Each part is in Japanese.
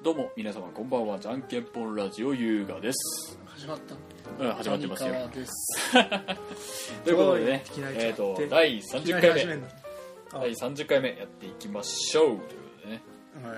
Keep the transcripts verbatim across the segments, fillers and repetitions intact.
どうも皆様こんばんは。じゃんけんぽんラジオ優雅です。 始まった。 うん、始まってますよ。 ですということでね、えっ、ー、とだいさんじゅっかいめだいさんじゅっかいめやっていきましょうということでね、はい、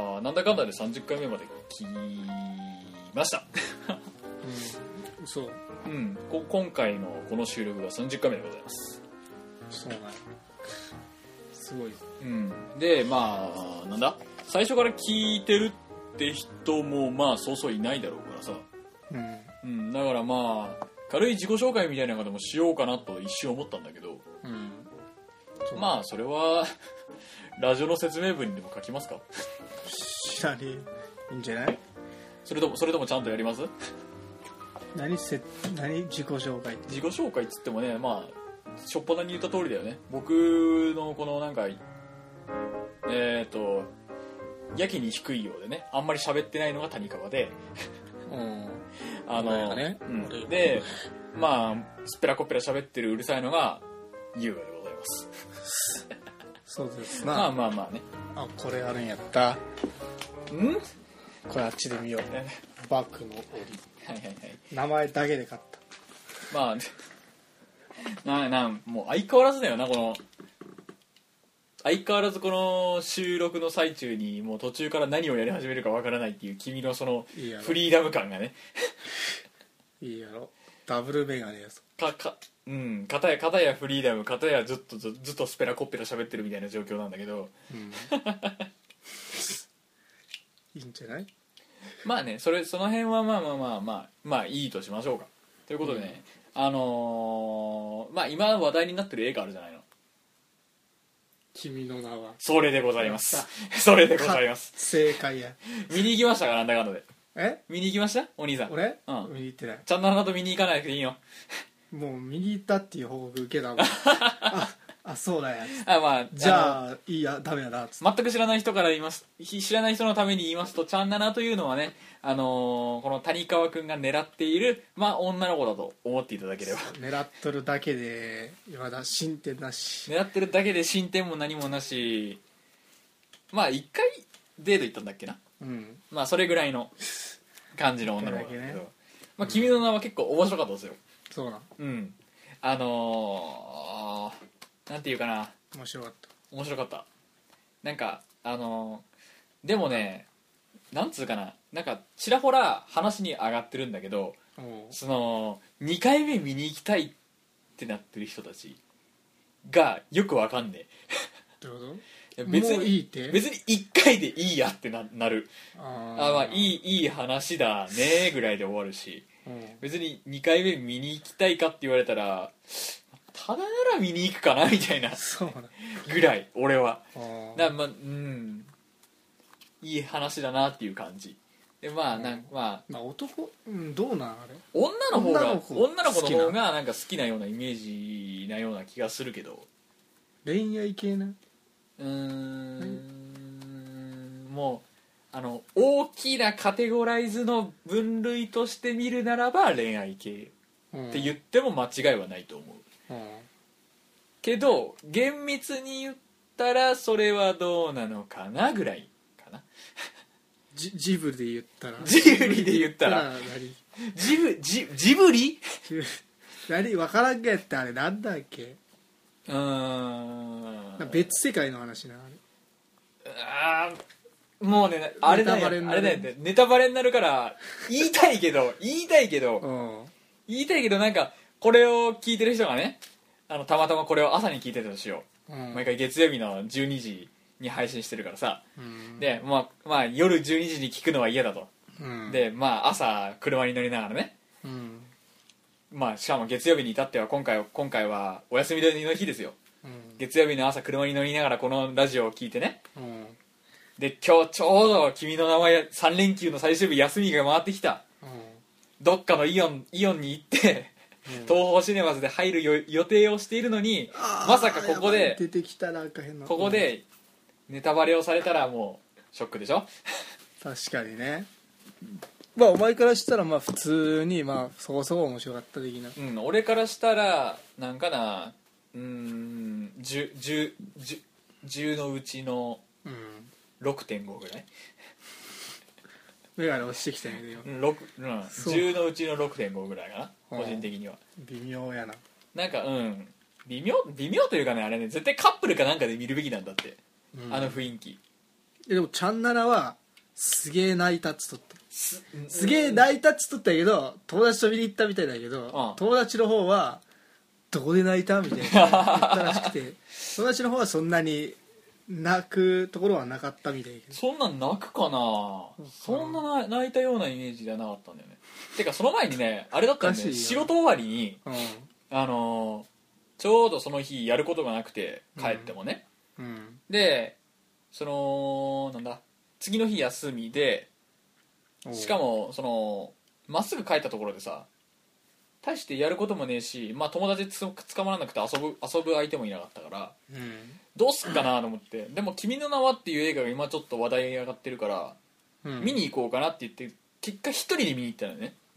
まあなんだかんだでさんじゅっかいめまで来ましたうん、そう、 うん、こ今回のこの収録がさんじゅっかいめでございます。 そうなんすごい、 うん、でまあなんだ最初から聞いてるって人もまあそうそういないだろうからさ、うんうん、だからまあ軽い自己紹介みたいなのでもしようかなと一瞬思ったんだけど、うん、まあそれはラジオの説明文にでも書きますか。 知らねえ、いいんじゃない。 それともそれともちゃんとやります。 何せ何自己紹介って自己紹介っつってもね、まあしょっぱなに言った通りだよね。僕のこのなんかえっ、ー、とやけに低いようでね、あんまり喋ってないのが谷川で、うん、あの、ねうん、でまあスペラコペラ喋ってるうるさいのが優雅でございます。 そうですな。 まあまあまあね。 あ、これあるんやった。ん？これあっちで見よう。バックの折り。 はいはいはい。 名前だけで買った。 まあななもう相変わらずだよな、この相変わらずこの収録の最中にもう途中から何をやり始めるかわからないっていう君のそのフリーダム感がね。 いいやろ。ダブルメガネやぞ。 かかうん片や片やフリーダム、片やずっとずずっとスペラコッペラ喋ってるみたいな状況なんだけど、うん、 いいんじゃない。 まあね、それその辺はまあまあまあまあまあいいとしましょうか。ということでね、うん、あのー、まあ今話題になってる映画あるじゃないの。 君の名は。 それでございます。それでございます。 正解や。 見に行きましたか、なんだかんだで。 え？ 見に行きました？お兄さん。 俺？ うん。 見に行ってない。 ちゃんとあなた見に行かないでいいよ。 もう見に行ったっていう報告受けたもん。あ、あ、そうだや。 あ、まあ、 じゃあいいや、ダメだなっつって。 全く知らない人から言います。知らない人のために言いますと、ちゃんななというのはね、あのー、この谷川くんが狙っている、まあ女の子だと思っていただければ。 狙っとるだけでまだ進展なし。 狙ってるだけで進展も何もなし、まあ一回デート行ったんだっけな。うん。まあそれぐらいの感じの女の子だけど、ね、まあ君の名は結構面白かったですよ。 そうなん。 うん。あのー、なんていうかな。 面白かった。 面白かった。なんかあのー、でもね、なんつうかな、なんかちらほら話に上がってるんだけど、そのにかいめ見に行きたいってなってる人たちがよくわかんねえ。 どういうこと？ 別にもういいって別にいっかいでいいやって な, なるああ、まあいいいい話だねぐらいで終わるし、うん、別ににかいめ見に行きたいかって言われたらただなら見に行くかなみたいなぐらい俺はだ、まあ、うんいい話だなっていう感じで、まあなんかまあ、 まあ、男、うん、どうなんあれ女の方が女の子女の子の方がなんか好きなようなイメージなような気がするけど、 恋愛系なうーんもうあの大きなカテゴライズの分類として見るならば恋愛系って言っても間違いはないと思う、うん、けど厳密に言ったらそれはどうなのかなぐらいかな。 ジ, ジブリで言ったらジブリで言ったらジブジジブリ何分からんけってあれなんだっけ。 うーん別世界の話なあーもうねあれだよあれだよねネタバレになるから言いたいけど言いたいけど、うん、言いたいけどなんかこれを聞いてる人がねあのたまたまこれを朝に聞いてたとしよう、うん、毎回月曜日のじゅうにじに配信してるからさ、うん、で、まあ、まあ夜じゅうにじに聞くのは嫌だと、うん、でまあ朝車に乗りながらね、うんまあ、しかも月曜日に至っては今回今回はお休みの日ですよ、うん、月曜日の朝車に乗りながらこのラジオを聞いてね、うん、で今日ちょうど君の名前さん連休の最終日休みが回ってきた、うん、どっかのイオンイオンに行って、うん、東宝シネマズで入る予定をしているのにまさかここで出てきたなんか変なここでネタバレをされたらもうショックでしょ。 確かにね。まあお前からしたらまあ普通にまあそこそこ面白かった的な、 うん、俺からしたらなんかなうーん 10, 10, 10, 10のうちのろくてんご ぐらいメガネ落ちてきたんやけど今ろく、うん、じゅうのうちの ろくてんご ぐらいかな、個人的には。 微妙やな。 なんかうん微妙微妙というかね、あれね、絶対カップルかなんかで見るべきなんだって、うん、あの雰囲気。 でもチャンナラはすげえ泣いたっつっとった。す, すげえ泣いたっつっとったけど、友達と見に行ったみたいだけど、うん、友達の方はどこで泣いたみたいな言ったらしくて友達の方はそんなに泣くところはなかったみたい。 そんなん泣くかな、うん、そんな泣いたようなイメージではなかったんだよね。てかその前にねあれだったんだよ、仕事終わりに、うん、あのー、ちょうどその日やることがなくて帰ってもね、うんうん、でそのなんだ次の日休みで、しかもそのまっすぐ帰ったところでさ、大してやることもねえし、まあ、友達つ捕まらなくて遊ぶ遊ぶ相手もいなかったから、うん、どうすっかなと思って、でも「君の名は」っていう映画が今ちょっと話題に上がってるから、うん、見に行こうかなって言って結果一人で見に行ったのね、うん、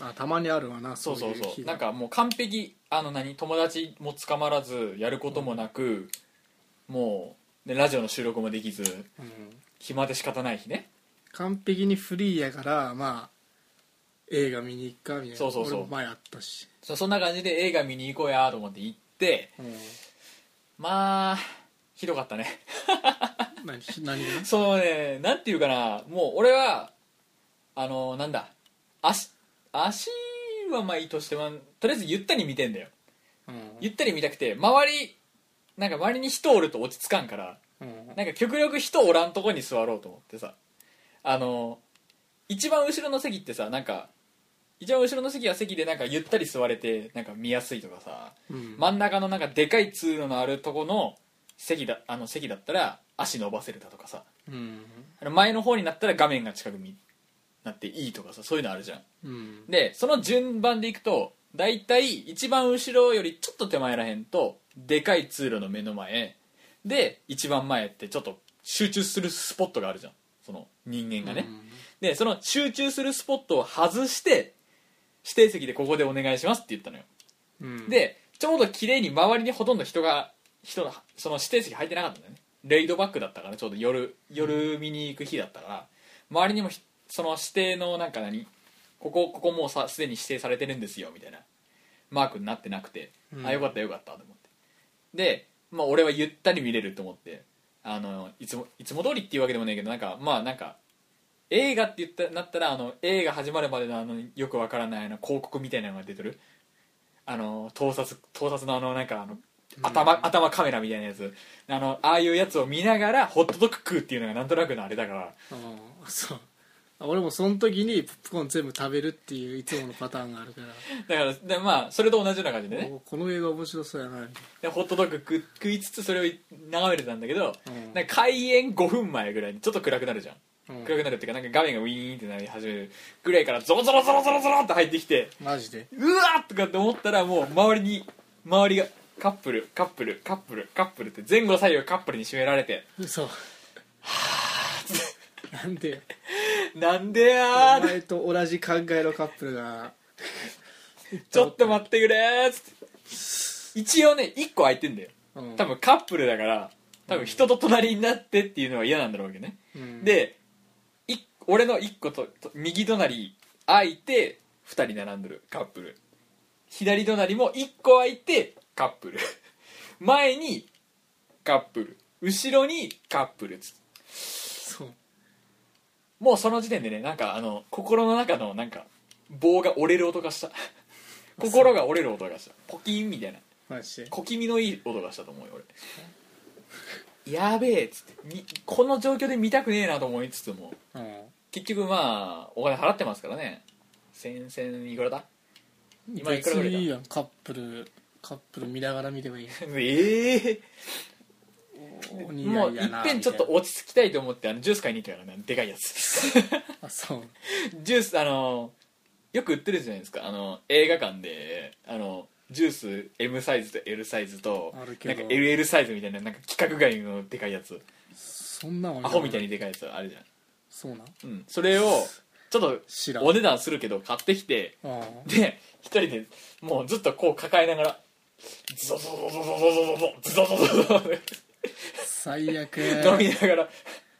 あたまにあるわな、 そうそうそう、なんかもう完璧、あの何友達も捕まらずやることもなく、うん、もう、ね、ラジオの収録もできず、うん、暇で仕方ない日ね、 完璧にフリーやからまあ映画見に行くかみたいな。そうそうそう、俺も前あったし、 そそんな感じで映画見に行こうやと思って行って、うん、まあひどかったね何, 何がそのね、なんていうかな、もう俺はあのなんだ足足はまあいいとしてもとりあえずゆったり見てんだよ、うん、ゆったり見たくて、周りなんか周りに人おると落ち着かんから、うん、なんか極力人おらんとこに座ろうと思ってさ、あの一番後ろの席ってさ、なんか一番後ろの席は席でなんかゆったり座れてなんか見やすいとかさ、うん、真ん中のなんかでかい通路のあるとこの席だ、あの席だったら足伸ばせるだとかさ、うん、前の方になったら画面が近くになっていいとかさ、そういうのあるじゃん、うん、でその順番でいくとだいたい一番後ろよりちょっと手前らへんとでかい通路の目の前で一番前ってちょっと集中するスポットがあるじゃん、その人間がね、うん、でその集中するスポットを外して指定席でここでお願いしますって言ったのよ、うん、でちょうど綺麗に周りにほとんど人が人がその指定席入ってなかったんだよね、レイドバックだったからちょうど夜夜見に行く日だったから、周りにもその指定のなんか何ここここもうさすでに指定されてるんですよみたいなマークになってなくて、うん、あよかったよかったと思って、で、まあ、俺はゆったり見れると思って、あのいつもいつも通りっていうわけでもないけど、なんかまあなんか映画って言ったなったらあの映画始まるまでのあのよくわからないあの広告みたいなのが出てる、あの盗撮盗撮のあのなんかあの頭、うん、頭カメラみたいなやつ、あのああいうやつを見ながらホットドッグ食うっていうのがなんとなくのあれだから、 あそう俺もその時にポップコーン全部食べるっていういつものパターンがあるからだからでまあそれと同じような感じでね、 この映画面白そうやなでホットドッグ 食, 食いつつそれを眺めてたんだけど、うん、なんか開演ごふんまえぐらいにちょっと暗くなるじゃん、うん、暗くなるっていうかなんか画面がウィーンってなり始めるぐらいからゾロゾロゾロゾロゾロって入ってきて、 マジでうわーとかって思ったらもう周りに周りがカップルカップルカップルカップルって前後左右カップルに締められて、 嘘はぁなんでなんでやお前と同じ考えのカップルがちょっと待ってくれーっつって一応ねいっこ空いてんだよ、うん、多分カップルだから多分人と隣になってっていうのは嫌なんだろうけどね、うん、でい俺のいっこと右隣空いてふたり並んでるカップル、左隣もいっこ空いてカップル前にカップル後ろにカップルつって、そうもうその時点でねなんかあの心の中のなんか棒が折れる音がした心が折れる音がしたポキンみたいなマジで小気味のいい音がしたと思うよ俺やべえっつってにこの状況で見たくねえなと思いつつも、うん、結局まあお金払ってますからね、先々いくらだ今いくらぐらいだ、いいやんカップルカップル見ながら見てもいいええー、もういっぺんちょっと落ち着きたいと思ってあのジュース買いに行ったからね、でかいやつあそうジュースあのよく売ってるじゃないですか、あの映画館であのジュース エム サイズと エル サイズとなんか エルエル サイズみたいななんか規格外のでかいやつ、 そんなアホみたいにでかいやつあるじゃん、 そうなん、 うん、それをちょっとお値段するけど買ってきて、で一人でもうずっとこう抱えながらゾゾゾゾゾゾゾゾゾゾゾゾ最悪飲みながら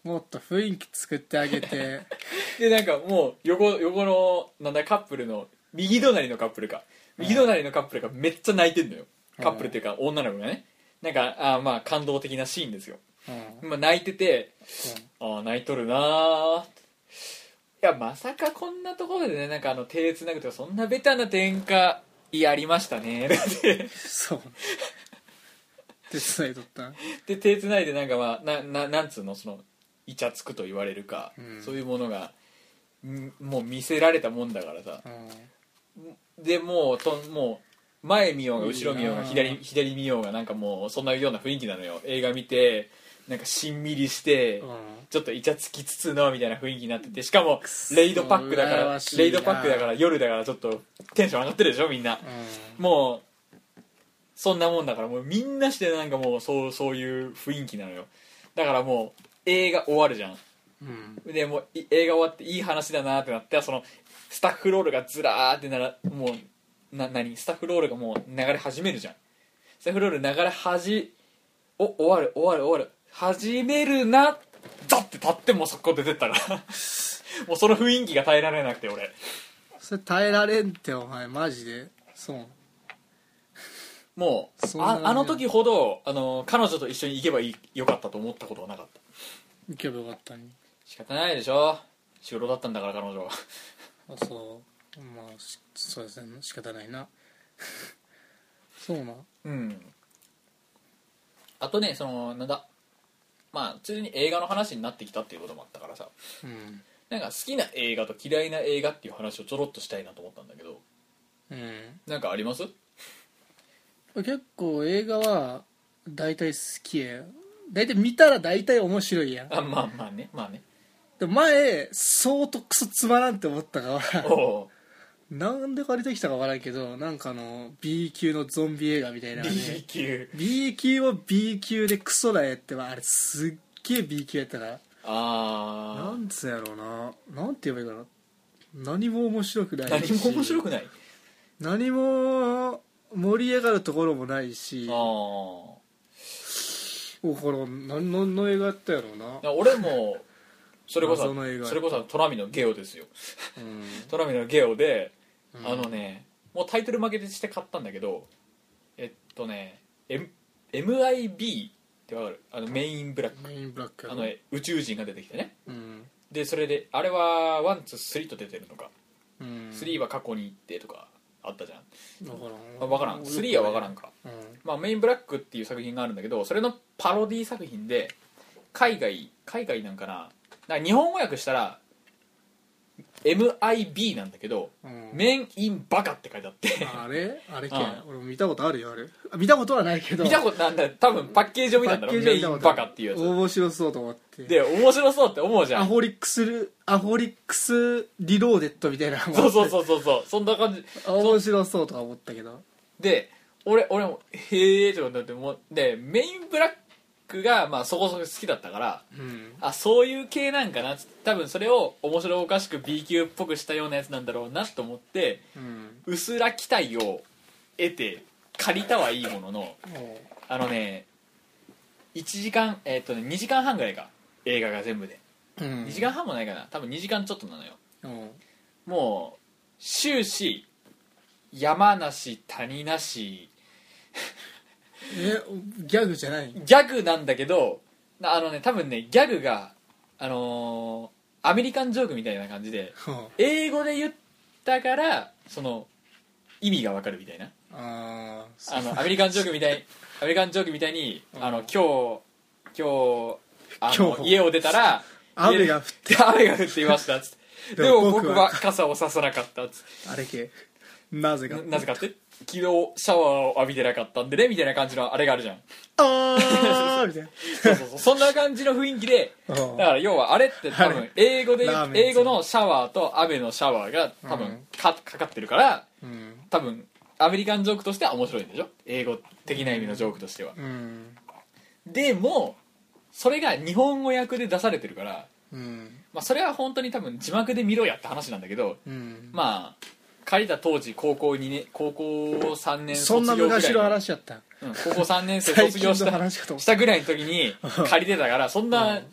もっと雰囲気作ってあげてでなんかもう横横のなんだカップルの右隣のカップルか右隣のカップルがめっちゃ泣いてんのよ、うん、カップルっていうか女の子がねなんかあまあ感動的なシーンですよ、うん、まあ、泣いてて、うん、ああ泣いとるなーいやまさかこんなところでねなんかあの手つなぐとかそんなベタな展開やりましたねそう手つないとったで手つないでなんかまあなななんつうのそのイチャつくと言われるか、うん、そういうものがもう見せられたもんだからさ、うん、でもうともう前見ようが後ろ見ようが左左見ようがなんかもうそんなような雰囲気なのよ。映画見てなんかしんみりして、うん、ちょっとイチャつきつつのみたいな雰囲気になってて、しかもレイドパックだからレイドパックだから夜だからちょっとテンション上がってるでしょみんな、うん、もうそんなもんだからもうみんなしてなんかもうそうそういう雰囲気なのよ。だからもう映画終わるじゃん、うん、でもう映画終わっていい話だなってなってそのスタッフロールがずらーってならもうな何スタッフロールがもう流れ始めるじゃん。スタッフロール流れはじお終わる終わる終わる始めるなザッて立ってもうそこ出てったからもうその雰囲気が耐えられなくて俺それ耐えられんってお前マジでそうもう あ, あの時ほどあの彼女と一緒に行けばいいよかったと思ったことはなかった。 行けばよかったに仕方ないでしょ仕事だったんだから彼女はあそうまあそうですね仕方ないなそうなうんあとねそのなんだまあ普通に映画の話になってきたっていうこともあったからさ、うん、なんか好きな映画と嫌いな映画っていう話をちょろっとしたいなと思ったんだけど、うん、なんかあります？ 結構映画は大体好きや大体見たら大体面白いやん。 あまあまあねまあねで前相当クソつまらんって思ったからおなんで借りてきたか分からんけどなんかあの B 級のゾンビ映画みたいな、ね、 B 級 B 級を B 級でクソだよってあれすっげえ B 級やったからあーなんつうやろうななんて言えばいいかな何も面白くない何も面白くない何も盛り上がるところもないしああだから何のの映画やったやろうな。 俺もそれこそそれこそトラミのゲオですよ、うん、トラミのゲオで、うん、あのねもうタイトル負けして買ったんだけどえっとね、M、エムアイビー ってわかるあのメインブラック、 メインブラックあの宇宙人が出てきてね、うん、でそれであれはワンツースリーと出てるのか、うん、スリーは過去に行ってとかあったじゃん。分からん分からんスリーは分からんか、うんまあ、メインブラックっていう作品があるんだけどそれのパロディ作品で海外海外なんかななんか日本語訳したら エムアイビー なんだけど、うん、メンインバカって書いてあってあれあれけ、うん、俺も見たことあるよあれ見たことはないけど見たことなんだ多分パッケージを見たんだろメインバカっていうやつ面白そうと思ってで面白そうって思うじゃんアホリックスアホリックスリローデッドみたいなそうそうそうそうそうそんな感じ面白そうとか思ったけどで俺俺もへえって思ってもうでメインブラックがまあそこそこ好きだったから、うん、あそういう系なんかな多分それを面白おかしく B 級っぽくしたようなやつなんだろうなと思って、うん、うすら期待を得て借りたはいいもののあのねいちじかんえー、っとねにじかんはんぐらいか映画が全部で、うん、にじかんはんもないかな多分にじかんちょっとなのよ、うん、もう終始山なし谷なしえギャグじゃないギャグなんだけどあのね多分ねギャグがあのー、アメリカンジョークみたいな感じで英語で言ったからその意味がわかるみたいなああのアメリカンジョークみたいアメリカンジョークみたいにあの今日今日あの家を出たら雨が降って雨が降っていましたっつってでも僕は傘をささなかったっつってあれ系なぜかなぜかって昨日シャワーを浴びてなかったんでねみたいな感じのあれがあるじゃんあーみたいなそうそうそうそんな感じの雰囲気でだから要はあれって多分英語で英語のシャワーと雨のシャワーが多分 か,、うん、かかってるから、うん、多分アメリカンジョークとしては面白いんでしょ英語的な意味のジョークとしては、うん、でもそれが日本語訳で出されてるから、うんまあ、それは本当に多分字幕で見ろやって話なんだけど、うん、まあ借りた当時高校にねん高校さんねん卒業ぐらいそんな昔の話やった、 うん、高校さんねん生卒業したしたぐらいの時に借りてたからそんな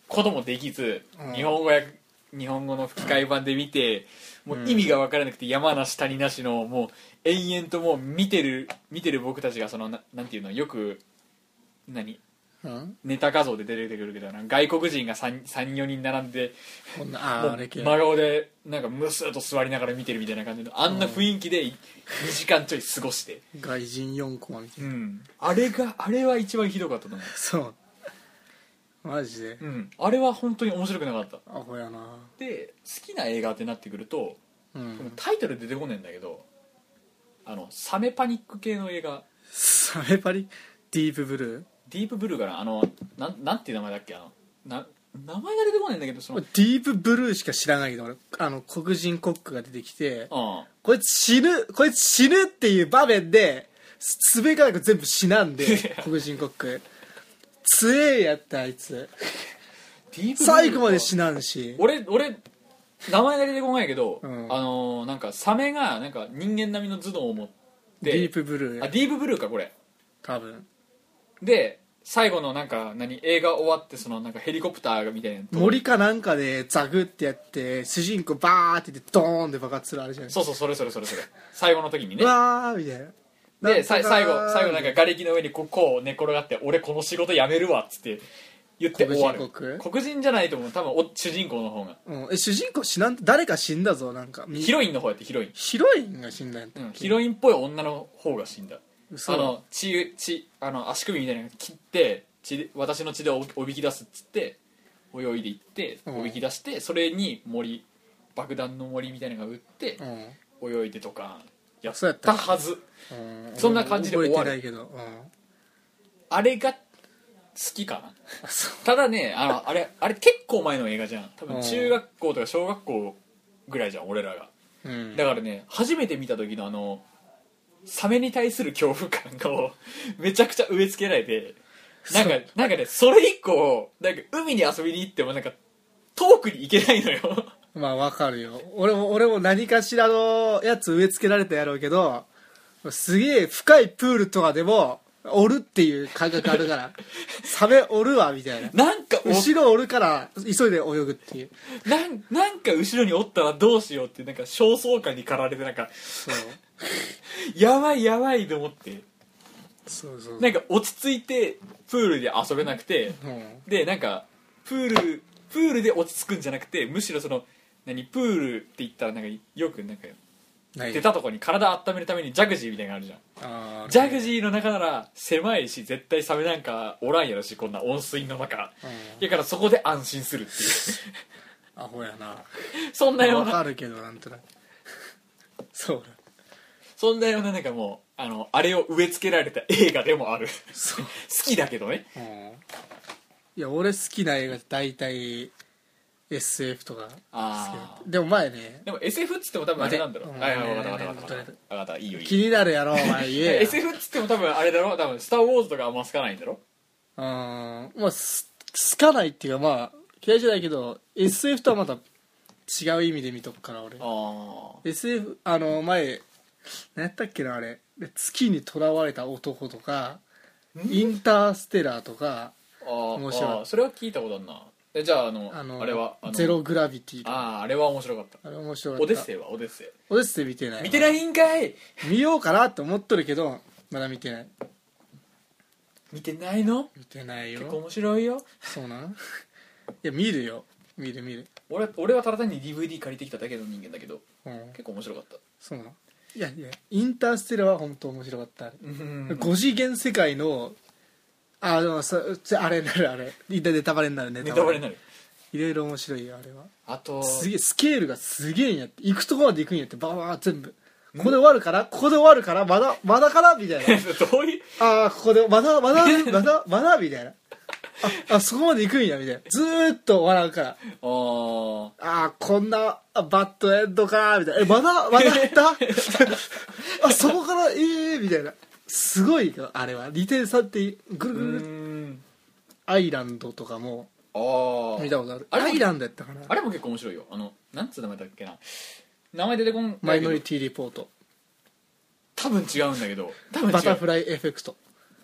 こともできず、 うん、 日本語や日本語の吹き替え版で見て、もう意味が分からなくて山梨谷なしのもう延々ともう見てる見てる僕たちがその な, なんていうのよく何、うん、ネタ画像で出てくるけど外国人が さんよにん並んであもう真顔でなんかムスッと座りながら見てるみたいな感じのあんな雰囲気でにじかんちょい過ごして外人よんコマみたいな、うん、 あれがあれは一番ひどかったと思う。 そうマジで、 うん、あれは本当に面白くなかった。 アホやな。 で好きな映画ってなってくると、うん、タイトル出てこねえんだけどあのサメパニック系の映画。 サメパニディープブルーディープブルーかなあのな ん, なんていう名前だっけあのな名前が出てこないんだけどそのディープブルーしか知らないけど俺あの黒人コックが出てきて、うん、こいつ死ぬこいつ死ぬっていう場面ですべからく全部死なんで黒人コック強えやったあいつ最後まで死なんし俺俺名前が出てこないけど、うん、あのー、なんかサメがなんか人間並みの頭脳を持ってディープブルーあディープブルーかこれ多分で最後のなんか何映画終わってそのなんかヘリコプターみたいな森かなんかでザグってやって主人公バーって言ってドーンって爆発するあれじゃないそうそうそれそれそれそれ最後の時にねわーみたいなで最後最後なんか瓦礫の上にこうこう寝転がって俺この仕事辞めるわっつって言って終わる。黒人黒人じゃないと思う多分お主人公の方が、 うん、え主人公死なん誰か死んだぞなんかヒロインの方やってヒロインヒロインが死んだんやった、 うん、ヒロインっぽい女の方が死んだ。あの血血あの足首みたいなの切って血私の血でおおびき出すっつって泳いでいっておびき出して、うん、それに森爆弾の森みたいなのが撃って、うん、泳いでとかやったはず、うん、そんな感じで終わる。 覚えてないけど、うん、 あれが好きかなただね あのあれあれ結構前の映画じゃん多分中学校とか小学校ぐらいじゃん俺らが、うん、だからね初めて見た時のあのサメに対する恐怖感をめちゃくちゃ植え付けられてなんかなんかねそれ以降なんか海に遊びに行ってもなんか遠くに行けないのよまあわかるよ俺も俺も何かしらのやつ植え付けられたやろうけどすげえ深いプールとかでもおるっていう感覚あるからサメおるわみたいななんか後ろおるから急いで泳ぐっていうなんなんか後ろにおったらどうしようってなんか焦燥感に駆られてなんかそうやばいやばいと思ってそうそうそうなんか落ち着いてプールで遊べなくて、うん、でなんかプールプールで落ち着くんじゃなくてむしろその何プールって言ったらなんかよくなんか出たとこに体温めるためにジャグジーみたいなのあるじゃんあジャグジーの中なら狭いし絶対サメなんかおらんやろしこんな温水の中、うん、だからそこで安心するっていうアホやなそんなような分かるけどなんとなくそうだそんなようななんかもう あのあれを植え付けられた映画でもあるそう好きだけどね、うん、 いや俺好きな映画大体エスエフ とかあでも前ねでも エスエフ っつっても多分あれなんだろう、うん、はいはい分かった分かった分かった分かったいいよいいよ気になるやろお前言えエスエフ っつっても多分あれだろ多分スター・ウォーズとかあんま好かないんだろうんまあ好かないっていうかまあ嫌いじゃないけど エスエフ とはまた違う意味で見とくから俺あ エスエフ あの前何やったっけなあれ月にとらわれた男とかインターステラーとか面白いあそれは聞いたことあるなえじゃああの あ, のあれはあのゼログラビティとかあああれは面白かったあれ面白かったオデッセイはオデッセイオデッセイ見てない見てないんかい見ようかなって思っとるけどまだ見てない見てないの見てないよ結構面白いよそうなんいや見るよ見る見る俺, 俺はただ単に ディーブイディー 借りてきただけの人間だけど、うん、結構面白かったそうなんいやいやインターステラーは本当面白かったあれご次元世界のあでもそあれになるあれネタバレになるネタバレになるいろいろ面白いよあれはあとすげえスケールがすげえんやって行くとこまで行くんやってバーバー全部ここで終わるからここで終わるからまだまだからみたいなどういうああここでまだまだまだまだみたいなああそこまで行くんやみたいなずーっと笑うからああこんなバッドエンドかみたいなえまだまだやったあそこからええー、みたいなすごいよあれはにてんさんってぐるぐるぐるアイランドとかもあ見たことあるあれアイランドやったかなあれも結構面白いよあのなんつう名前だっけな名前出てこんマイノリティリポート多分違うんだけど多分違うバタフライエフェクト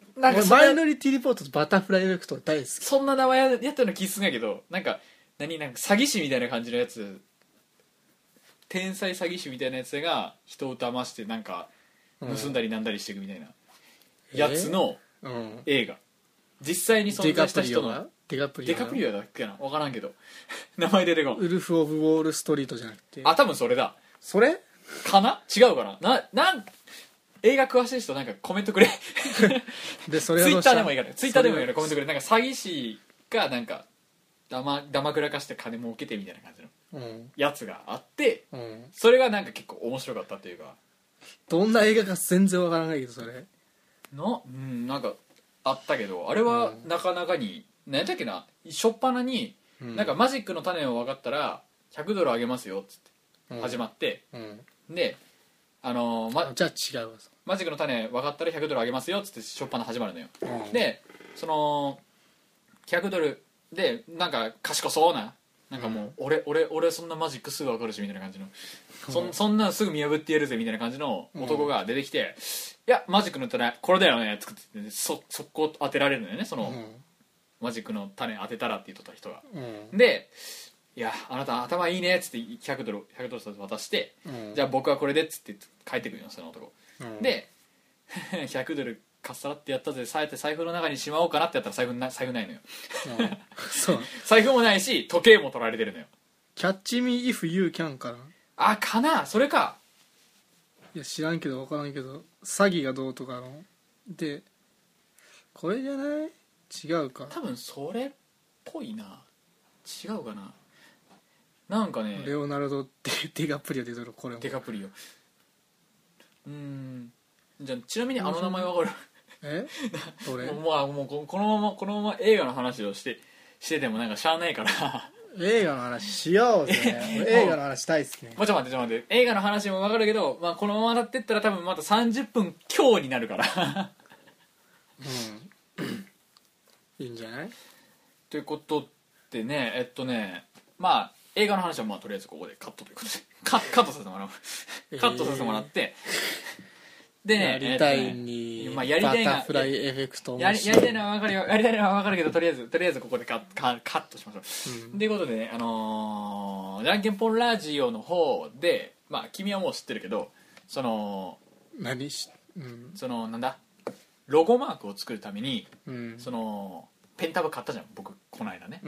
なんかマイノリティリポートとバタフライエフェクト大好き。 そんな名前やったような気するんやけど、なんか何なんか詐欺師みたいな感じのやつ、天才詐欺師みたいなやつが人を騙してなんか盗んだりなんだりしていくみたいなやつの映画、実際に存在した人のデカプリオデカプリオだっけな、分からんけど名前出てこん。 ウルフ・オブ・ウォール・ストリートじゃなくて、 あ、多分それだ。 それかな、違うかな、ななん映画詳しい人なんかコメントくれでそれツイッターでもいいからツイッターでもいいからコメントくれ。なんか詐欺師がなんかだまだまくらかして金儲けてみたいな感じのやつがあって、うん、それがなんか結構面白かったっていうか。 どんな映画か全然わからないけど、それな、うん、なんかあったけど、あれはなかなかに、うん、何やったっけな、しょっぱなに、うん、なんかマジックの種を分かったらひゃくドルあげますよっつって始まって、うんうん、であのー、ま、 じゃあ違うわ、 マジックの種分かったらひゃくドルあげますよっつってしょっぱな始まるのよ、うん、でそのひゃくドルでなんか賢そうな、なんかもう、うん、俺俺俺そんなマジックすぐ分かるしみたいな感じの、うん、そ, そんなすぐ見破ってやるぜみたいな感じの男が出てきて、うん、いやマジックの種これだよねって言ってそ速攻当てられるのよね、その、うん、マジックの種当てたらって言っとった人が、うん、でいやあなた頭いいねっつってひゃくドルひゃくドル渡して、うん、じゃあ僕はこれでっつって帰ってくるよその男、うん、でひゃくドルかっさらってやったぜ、さえて財布の中にしまおうかなってやったら財布な財布ないのよ、うん、そう財布もないし時計も取られてるのよ。 キャッチミーイフユーキャンかなあかな、それか。 いや知らんけど分からんけど詐欺がどうとかのでこれじゃない、違うか、 多分それっぽいな、違うかな、なんかねレオナルドデカプリオで出てる、これもデカプリオ、うーん、じゃあちなみにあの名前わかるえどれもうもうこのままこのまま映画の話をしてしててもなんかしゃあないから映画の話しようぜ映画の話大好きね。 もうちょっと待ってちょっと待って、映画の話もわかるけど、まあ、このままだってったら多分またさんじゅっぷん強になるからうんいいんじゃない。 ということでね、えっとねまあ映画の話はまあとりあえずここでカットということでカ, カットさせてもらうカットさせてもらって、 でね、やりたいに、えーねまあ、やりたいなバタフライエフェクトやりやりたいのは分かるよ、やりたいのは分かるけどとりあえずとりあえずここでカカカットしましょう、うん、ということでね、あのー、じゃんけんぽんラジオの方で、まあ君はもう知ってるけど、その何し、うん、 そのなんだロゴマークを作るために、うん、そのペンタブ買ったじゃん僕この間ね、うん、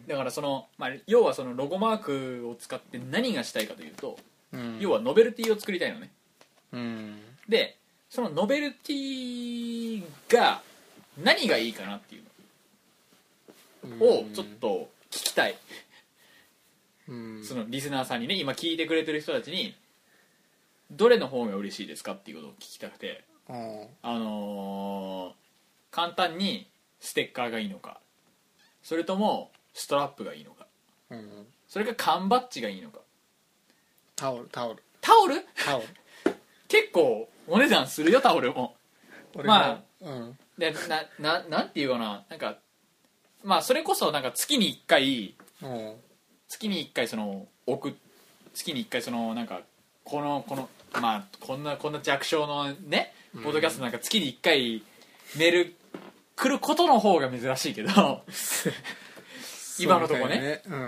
だからその、まあ、要はそのロゴマークを使って何がしたいかというと、うん、要はノベルティを作りたいのね、うんでそのノベルティが何がいいかなっていうのをちょっと聞きたい、うん、そのリスナーさんにね、今聞いてくれてる人たちにどれの方が嬉しいですかっていうことを聞きたくて、うん、あのー、簡単にステッカーがいいのか、それともストラップがいいのか、うん、それか缶バッジがいいのか、 タオルタオルタオルタオル結構お値段するよタオルも。まあ、 うん、 でなななんていうかな、なんかまあそれこそなんか月にいっかい、うん、月にいっかいその送月にいっかいそのなんかこのこのまあこんなこんな弱小のねポッドキャストなんか月にいっかいメール来ることの方が珍しいけど今のとこね、ね、うん、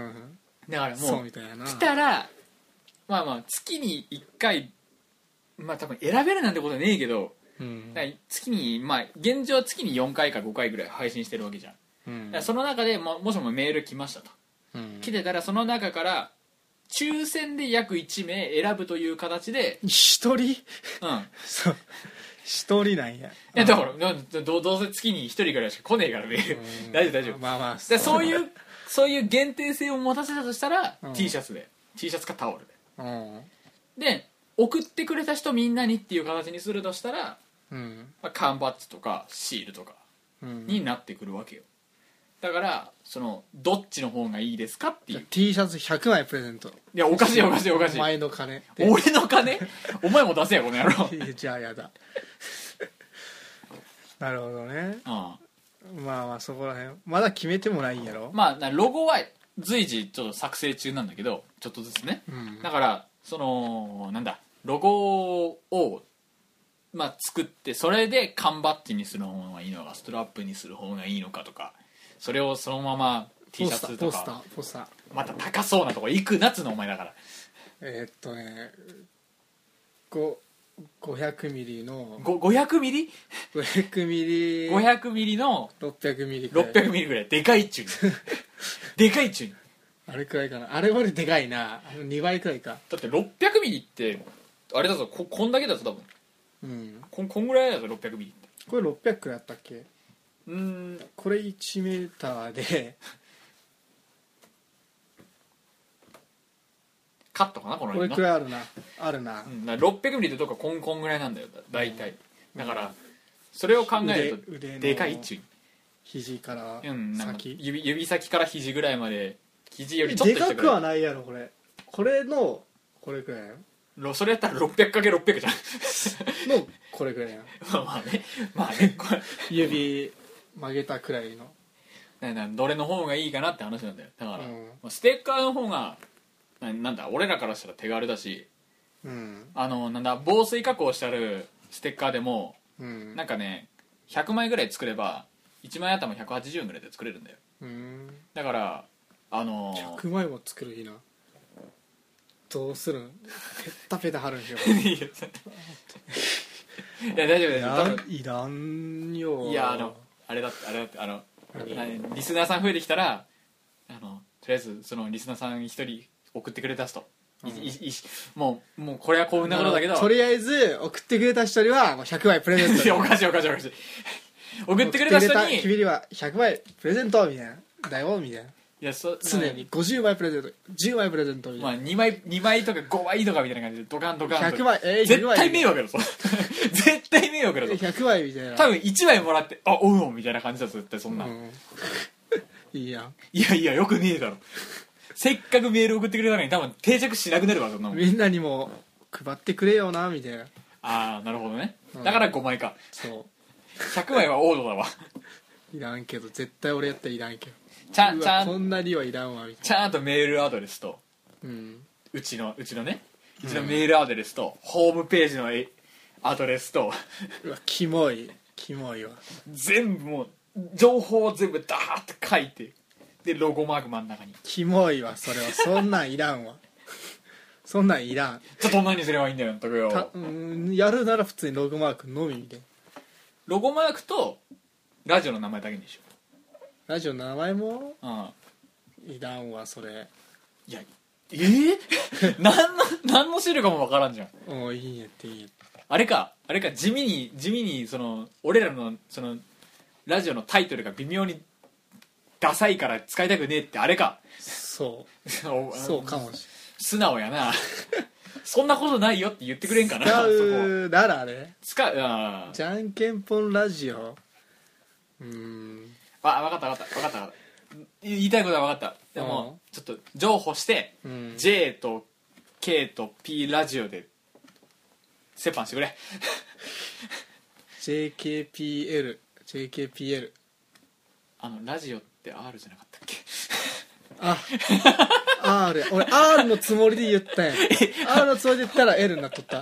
だからもう来たらまあまあ月にいっかいまあ多分選べるなんてことはねえけど、うん、月にまあ現状は月によんかいかごかいぐらい配信してるわけじゃん、うん、だからその中でももしもメール来ましたと、うん、来てたらその中から抽選で約いちめい選ぶという形でひとりうんそうひとりなんや。いやだからど, どうせ月にひとりぐらいしか来ねえからメール、うん、大丈夫大丈夫、 まあまあそうそういうそういう限定性を持たせたとしたら、うん、T シャツで T シャツかタオルで、うん、で送ってくれた人みんなにっていう形にするとしたら、うんまあ、缶バッジとかシールとかになってくるわけよ。だからそのどっちの方がいいですかっていう。 T シャツひゃくまいプレゼント。いやおかしいおかしいおかしい。 お前の金。 俺の金お前も出せやこの野郎じゃあやだなるほどね、うん、まあまあそこら辺まだ決めてもないんやろ。 まあロゴは随時ちょっと作成中なんだけどちょっとずつね、うん、だからそのなんだロゴをまあ、作ってそれで缶バッジにする方がいいのかストラップにする方がいいのかとか、それをそのまま T シャツとかポスターポスターまた高そうなとこ行くなっつうのお前だから。 えー、っとねごひゃくミリのごひゃくミリごひゃくミリごひゃくミリのろっぴゃくミリろっぴゃくミリぐらいでかいっちゅうにでかいっちゅうにあれくらいかな。あれまででかいな。あのにばいくらいか。 だってろっぴゃくミリってあれだぞ こ, こんだけだぞ多分。 うんこ, こんぐらいだぞろっぴゃくミリって。 これろっぴゃくくらいあったっけ。 うーんこれいちメーターでカットかなこのこれくらいあるなあるな、 うん、ろっぴゃくミリってどっかこんこんぐらいなんだよ大体、うん、だからそれを考えるとでかいっちゅうに肘から先、うん、 なんか 指, 指先から肘ぐらいまで肘よりちょっとでかくはないやろこれ。これのこれくらいやろ。 それやったら ろっぴゃくかけるろっぴゃく じゃんのこれくらいやまあねまあねこれ指曲げたくらいのななどれの方がいいかなって話なんだよだから、うんまあ、ステッカーの方がななんだ俺らからしたら手軽だし、うん、あのなんだ防水加工してあるステッカーでも、うん、なんかねひゃくまいぐらい作ればいちまい頭ひゃくはちじゅうえんぐらいで作れるんだよ。うんだからあのー、 ひゃくまいも作る日などうするんペッタペタ貼るんしよいや大丈夫ですいらんよ。 いやあのあれだってあれだってあのリスナーさん増えてきたらあのとりあえずそのリスナーさん一人送ってくれた人、うん、いいもうもうこれは幸運なことだけどとりあえず送ってくれた人にはひゃくまいプレゼント。 いやおかしいおかしいおかしい送ってくれた人に君にはひゃくまいプレゼントみたいなだよみたいな。いやそ常にごじゅうまいプレゼントじゅうまいプレゼントみたいな、 まあ、にまいにまいとかごまいとかみたいな感じでドカンドカンとひゃくまい、えー、 絶対迷惑だぞ絶対迷惑だぞひゃくまいみたいな。 多分いちまいもらってあおうおうみたいな感じだぞ絶対そんな、うん、 いいやん。 いやいやよくねえだろせっかくメール送ってくれたのに多分定着しなくなるわそんなもん。 みんなにも配ってくれよなみたいな。 ああなるほどね、うん、だからごまいか。 そうひゃくまいはオードだわいらんけど絶対俺やったらいらんけどちゃんちゃんこんなにはいらんわみたいな。 ちゃんとメールアドレスと、うん、うちのうちのねうちのメールアドレスと、うん、ホームページのアドレスとうわキモいキモいわ全部もう情報を全部ダーッと書いてでロゴマーク真ん中に。 キモいわそれはそんなんいらんわそんなんいらん。 じゃあどんなにすればいいんだよとかよ。 うんやるなら普通にロゴマークのみみたいな。 ロゴマークとラジオの名前だけにしよう。 ラジオの名前もうんいらんわそれ。 いやえー、何の何の知るかもわからんじゃん。 おいいんやっていいんやって。 あれかあれか地味に地味にその俺らのそのラジオのタイトルが微妙にダサいから使いたくねえってあれか。 そうそうかもしれん。 素直やなそんなことないよって言ってくれんかな。 使うならあれ使うあじゃんけんぽんラジオうーんあ分かった分かった分かった分かった言いたいことは分かった。でもちょっと譲歩して、うん、J と K と P ラジオで折半してくれジェーケーピーエル ジェーケーピーエルあのラジオって R じゃなかったっけあ R 俺 R のつもりで言ったんやR のつもりで言ったら L になっとった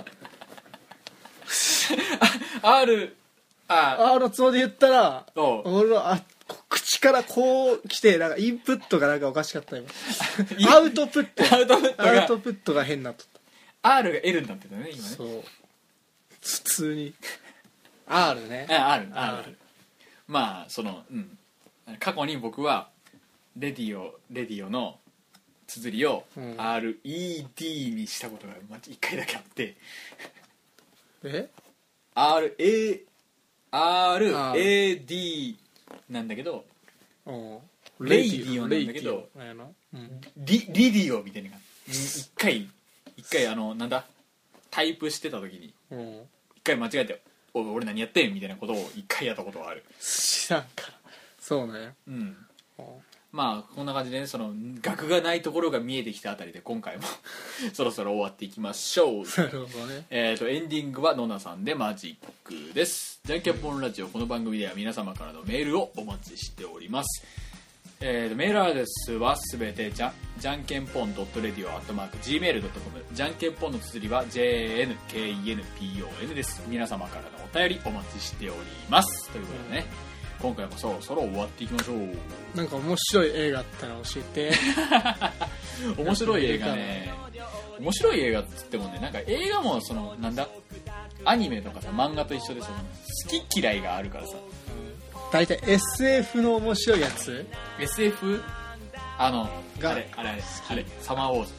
R あ R のつもりで言ったら俺のあ口からこう来てなんかインプットがなんかおかしかった今アウトプットアウトプットがアウトプットが変になっとった R が L になってたね今ね。 そう普通に R ねあ R, R, R まあそのうん過去に僕はレディオレディオの綴りを アールイーディー にしたことがいっかいだけあってえアールエー アールエーディー なんだけどレイディオなんだけどリリディオみたいな感じ一回一回あのなんだタイプしてた時に一回間違えてお俺何やってんみたいなことを一回やったことがある。 知らんからそうねうんまあこんな感じで、ね、その額がないところが見えてきたあたりで今回もそろそろ終わっていきましょう。 なるほどね。 えーとエンディングはノナさんでマジックです。じゃんけんぽんラジオ、この番組では皆様からのメールをお待ちしております。 えー、メールアドレスはすべてじゃじゃんけんぽん .radio アットマーク ジーメールドットコム じゃんけんぽんの綴りは ジェーエヌケーイーエヌピーオーエヌ です。皆様からのお便りお待ちしておりますということでね、今回もそろそろ終わっていきましょう。 なんか面白い映画あったら教えて面白い映画ね、面白い映画っつってもね、なんか映画もそのなんだアニメとかさ漫画と一緒でその好き嫌いがあるからさ、 大体 エスエフ の面白いやつエスエフ あのあれあれあれあれサマーウォーズ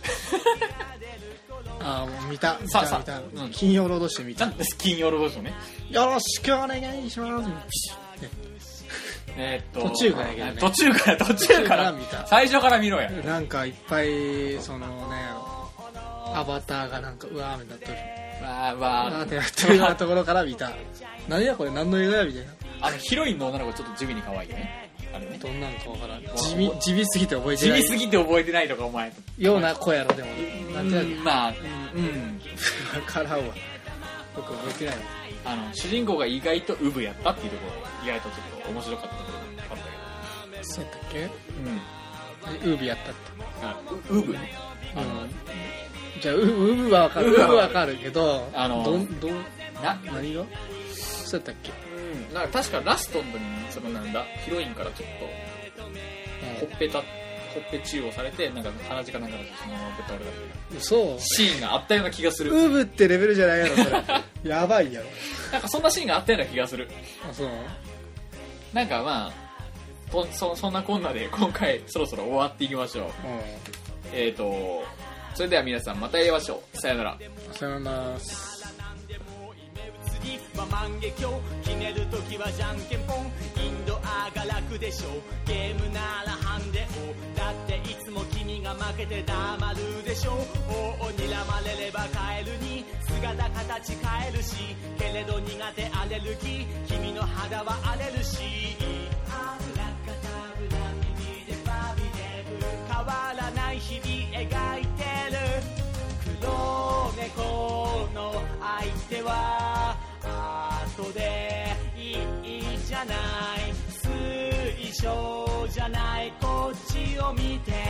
ああもう見た見た見た、うん、金曜ロードショー見た。 金曜ロードショーね、 よろしくお願いしますえー、っと途中からやけどね、 途中から途中から見た、最初から見ろや。 なんかいっぱいそのねアバターがなんかうわーみたいなってるわーわーってなってるようなところから見た。何やこれ何の映画やみたいな。 あのヒロインの女の子ちょっと地味に可愛いよね。あれね。 どんなんかわからん。地味地味すぎて覚えてない。 地味すぎて覚えてないとかお前。 ような子やろでも。 なんてやる。まあうん。わからんわ。僕覚えてないわ。 あの主人公が意外とウブやったっていうところ意外とちょっと面白かったところがあったけど。 そうやったっけ？ うん。 ウブやったって。 あウブね。 あのじゃあウブウブはわかる。ウブはわかるけど。 あのどどな何が？そうやったっけ？ うん、なんか確かラストの時にそのなんだヒロインからちょっと、うん、ほっぺたほっぺチューをされてなんか鼻血かなんかでそのままぶっ倒れたみたいなそうシーンがあったような気がする。 ウブってレベルじゃないやろそれやばいやろ。 なんかそんなシーンがあったような気がする。 あそうなんかまあこ そ, そんなこんなで今回そろそろ終わっていきましょう、うん、えーとそれでは皆さんまた会いましょう。さよなら。 さよなら。 万華鏡決めるときはじゃんけんぽん。インドアが楽でしょゲームならハンデを。だっていつも君が負けて黙るでしょ。王を睨まれればカエルに姿形変えるし。けれど苦手アレルギー君の肌は荒れるし。アブラカタブラ耳でバビデブ変わらない日々描いてる。黒猫の相手は後でいいじゃない。推奨じゃないこっちを見て。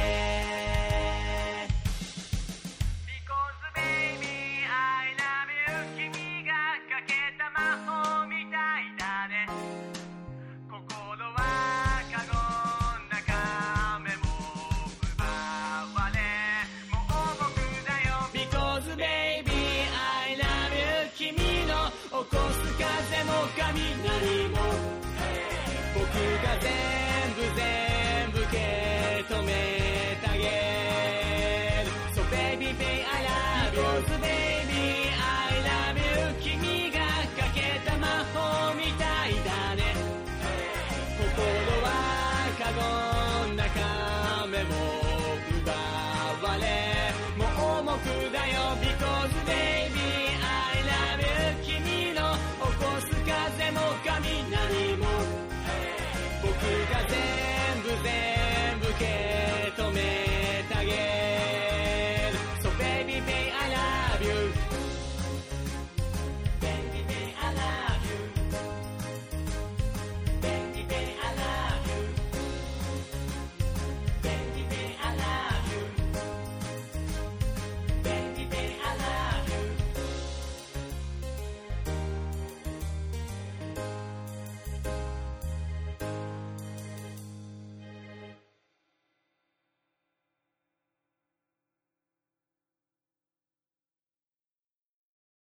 Because baby I love you 君がかけた魔法みたいだね。心はカゴの中目も奪われもう僕だよ。 Because baby I love you 君の起こす風も雷も僕が全部全部受け止め